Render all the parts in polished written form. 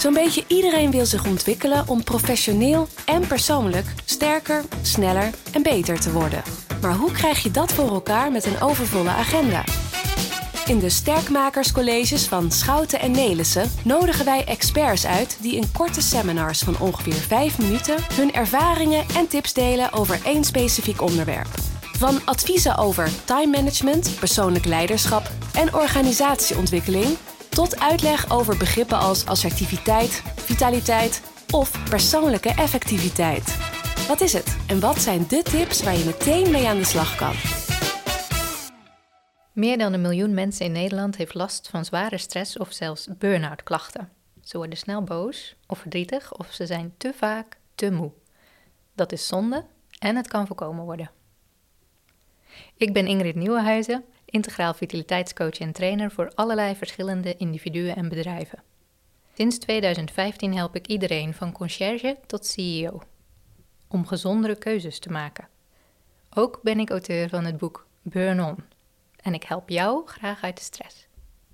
Zo'n beetje iedereen wil zich ontwikkelen om professioneel en persoonlijk sterker, sneller en beter te worden. Maar hoe krijg je dat voor elkaar met een overvolle agenda? In de Sterkmakerscolleges van Schouten en Nelissen nodigen wij experts uit die in korte seminars van ongeveer 5 minuten hun ervaringen en tips delen over één specifiek onderwerp. Van adviezen over time management, persoonlijk leiderschap en organisatieontwikkeling tot uitleg over begrippen als assertiviteit, vitaliteit of persoonlijke effectiviteit. Wat is het en wat zijn de tips waar je meteen mee aan de slag kan? Meer dan 1 miljoen mensen in Nederland heeft last van zware stress of zelfs burn-out klachten. Ze worden snel boos of verdrietig of ze zijn te vaak te moe. Dat is zonde en het kan voorkomen worden. Ik ben Ingrid Nieuwenhuizen, integraal vitaliteitscoach en trainer voor allerlei verschillende individuen en bedrijven. Sinds 2015 help ik iedereen van conciërge tot CEO om gezondere keuzes te maken. Ook ben ik auteur van het boek Burn On en ik help jou graag uit de stress.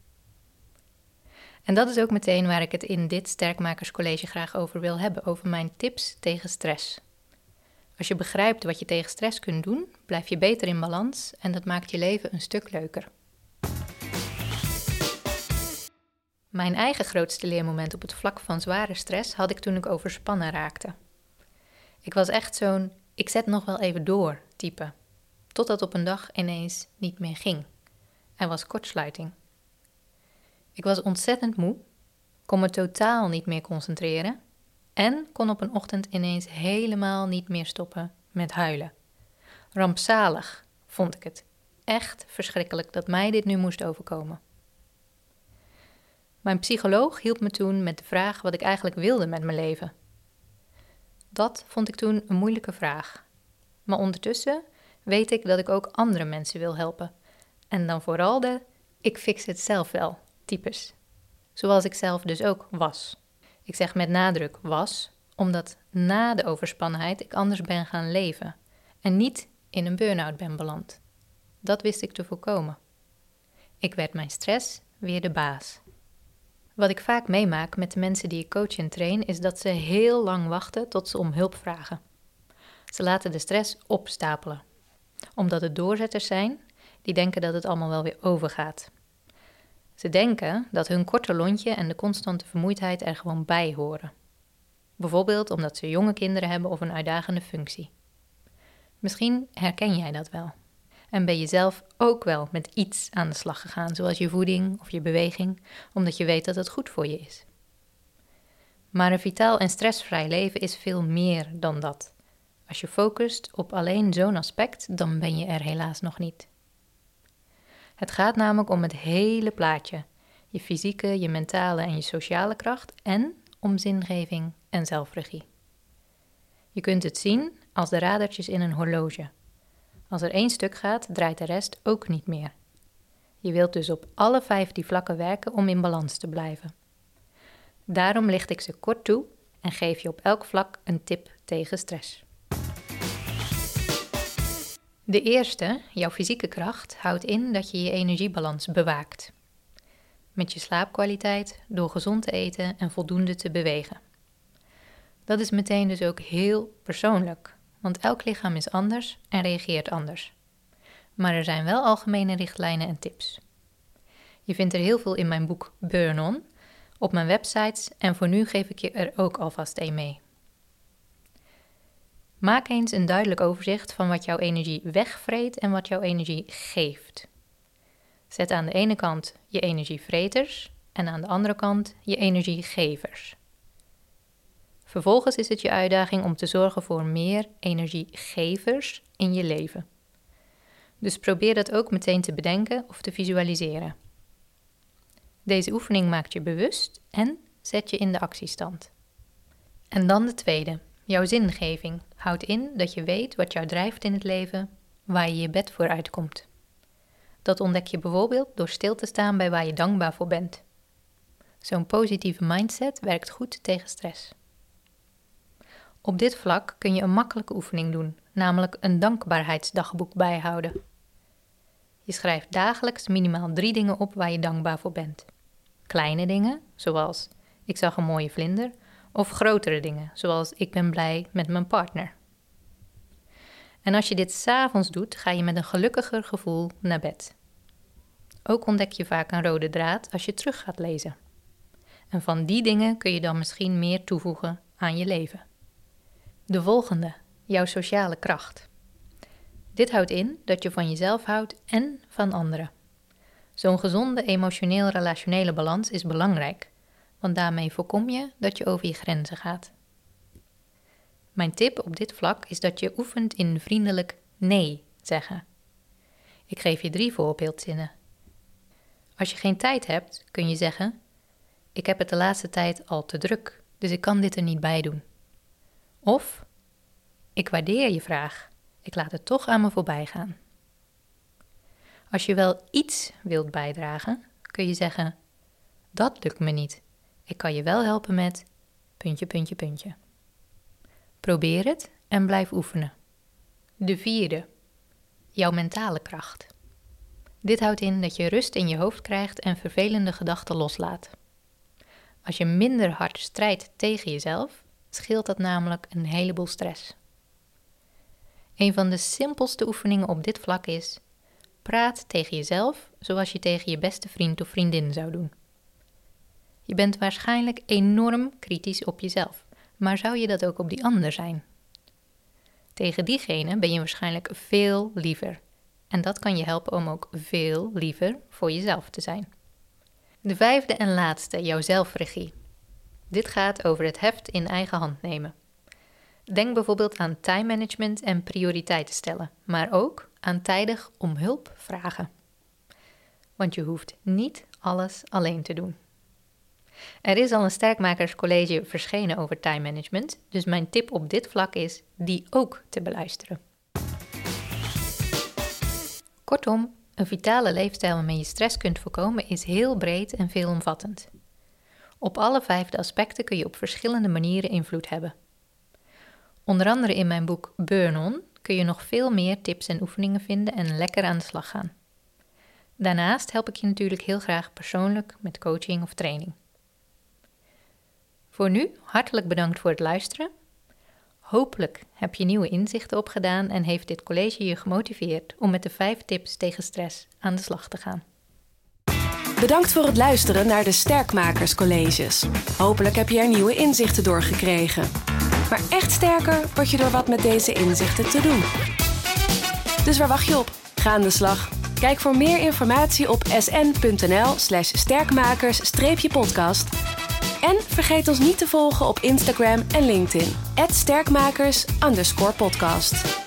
En dat is ook meteen waar ik het in dit Sterkmakerscollege graag over wil hebben, over mijn tips tegen stress. Als je begrijpt wat je tegen stress kunt doen, blijf je beter in balans en dat maakt je leven een stuk leuker. Mijn eigen grootste leermoment op het vlak van zware stress had ik toen ik overspannen raakte. Ik was echt zo'n ik zet nog wel even door type, totdat op een dag ineens niet meer ging. Er was kortsluiting. Ik was ontzettend moe, kon me totaal niet meer concentreren en kon op een ochtend ineens helemaal niet meer stoppen met huilen. Rampzalig vond ik het. Echt verschrikkelijk dat mij dit nu moest overkomen. Mijn psycholoog hielp me toen met de vraag wat ik eigenlijk wilde met mijn leven. Dat vond ik toen een moeilijke vraag. Maar ondertussen weet ik dat ik ook andere mensen wil helpen. En dan vooral de ik fix het zelf wel types. Zoals ik zelf dus ook was. Ik zeg met nadruk was, omdat na de overspannenheid ik anders ben gaan leven en niet in een burn-out ben beland. Dat wist ik te voorkomen. Ik werd mijn stress weer de baas. Wat ik vaak meemaak met de mensen die ik coach en train is dat ze heel lang wachten tot ze om hulp vragen. Ze laten de stress opstapelen, omdat het doorzetters zijn die denken dat het allemaal wel weer overgaat. Ze denken dat hun korte lontje en de constante vermoeidheid er gewoon bij horen. Bijvoorbeeld omdat ze jonge kinderen hebben of een uitdagende functie. Misschien herken jij dat wel. En ben je zelf ook wel met iets aan de slag gegaan, zoals je voeding of je beweging, omdat je weet dat het goed voor je is. Maar een vitaal en stressvrij leven is veel meer dan dat. Als je focust op alleen zo'n aspect, dan ben je er helaas nog niet. Het gaat namelijk om het hele plaatje. Je fysieke, je mentale en je sociale kracht en om zingeving en zelfregie. Je kunt het zien als de radertjes in een horloge. Als er 1 stuk gaat, draait de rest ook niet meer. Je wilt dus op alle 5 die vlakken werken om in balans te blijven. Daarom licht ik ze kort toe en geef je op elk vlak een tip tegen stress. De eerste, jouw fysieke kracht, houdt in dat je je energiebalans bewaakt. Met je slaapkwaliteit, door gezond te eten en voldoende te bewegen. Dat is meteen dus ook heel persoonlijk, want elk lichaam is anders en reageert anders. Maar er zijn wel algemene richtlijnen en tips. Je vindt er heel veel in mijn boek Burn On, op mijn websites en voor nu geef ik je er ook alvast een mee. Maak eens een duidelijk overzicht van wat jouw energie wegvreet en wat jouw energie geeft. Zet aan de ene kant je energievreters en aan de andere kant je energiegevers. Vervolgens is het je uitdaging om te zorgen voor meer energiegevers in je leven. Dus probeer dat ook meteen te bedenken of te visualiseren. Deze oefening maakt je bewust en zet je in de actiestand. En dan de tweede. Jouw zingeving houdt in dat je weet wat jou drijft in het leven, waar je je bed voor uitkomt. Dat ontdek je bijvoorbeeld door stil te staan bij waar je dankbaar voor bent. Zo'n positieve mindset werkt goed tegen stress. Op dit vlak kun je een makkelijke oefening doen, namelijk een dankbaarheidsdagboek bijhouden. Je schrijft dagelijks minimaal 3 dingen op waar je dankbaar voor bent. Kleine dingen, zoals ik zag een mooie vlinder, of grotere dingen, zoals ik ben blij met mijn partner. En als je dit 's avonds doet, ga je met een gelukkiger gevoel naar bed. Ook ontdek je vaak een rode draad als je terug gaat lezen. En van die dingen kun je dan misschien meer toevoegen aan je leven. De volgende, jouw sociale kracht. Dit houdt in dat je van jezelf houdt en van anderen. Zo'n gezonde emotioneel-relationele balans is belangrijk, want daarmee voorkom je dat je over je grenzen gaat. Mijn tip op dit vlak is dat je oefent in vriendelijk nee zeggen. Ik geef je 3 voorbeeldzinnen. Als je geen tijd hebt, kun je zeggen: ik heb het de laatste tijd al te druk, dus ik kan dit er niet bij doen. Of: ik waardeer je vraag, ik laat het toch aan me voorbij gaan. Als je wel iets wilt bijdragen, kun je zeggen: dat lukt me niet, ik kan je wel helpen met... Probeer het en blijf oefenen. De 4e, jouw mentale kracht. Dit houdt in dat je rust in je hoofd krijgt en vervelende gedachten loslaat. Als je minder hard strijdt tegen jezelf, scheelt dat namelijk een heleboel stress. Een van de simpelste oefeningen op dit vlak is: praat tegen jezelf zoals je tegen je beste vriend of vriendin zou doen. Je bent waarschijnlijk enorm kritisch op jezelf, maar zou je dat ook op die ander zijn? Tegen diegene ben je waarschijnlijk veel liever. En dat kan je helpen om ook veel liever voor jezelf te zijn. De 5e en laatste, jouw zelfregie. Dit gaat over het heft in eigen hand nemen. Denk bijvoorbeeld aan time management en prioriteiten stellen, maar ook aan tijdig om hulp vragen. Want je hoeft niet alles alleen te doen. Er is al een sterkmakerscollege verschenen over time management, dus mijn tip op dit vlak is die ook te beluisteren. Kortom, een vitale leefstijl waarmee je stress kunt voorkomen is heel breed en veelomvattend. Op alle 5 aspecten kun je op verschillende manieren invloed hebben. Onder andere in mijn boek Burn On kun je nog veel meer tips en oefeningen vinden en lekker aan de slag gaan. Daarnaast help ik je natuurlijk heel graag persoonlijk met coaching of training. Voor nu, hartelijk bedankt voor het luisteren. Hopelijk heb je nieuwe inzichten opgedaan en heeft dit college je gemotiveerd om met de 5 tips tegen stress aan de slag te gaan. Bedankt voor het luisteren naar de Sterkmakerscolleges. Hopelijk heb je er nieuwe inzichten door gekregen. Maar echt sterker word je door wat met deze inzichten te doen. Dus waar wacht je op? Ga aan de slag. Kijk voor meer informatie op sn.nl/sterkmakers-podcast. En vergeet ons niet te volgen op Instagram en LinkedIn @sterkmakers_podcast.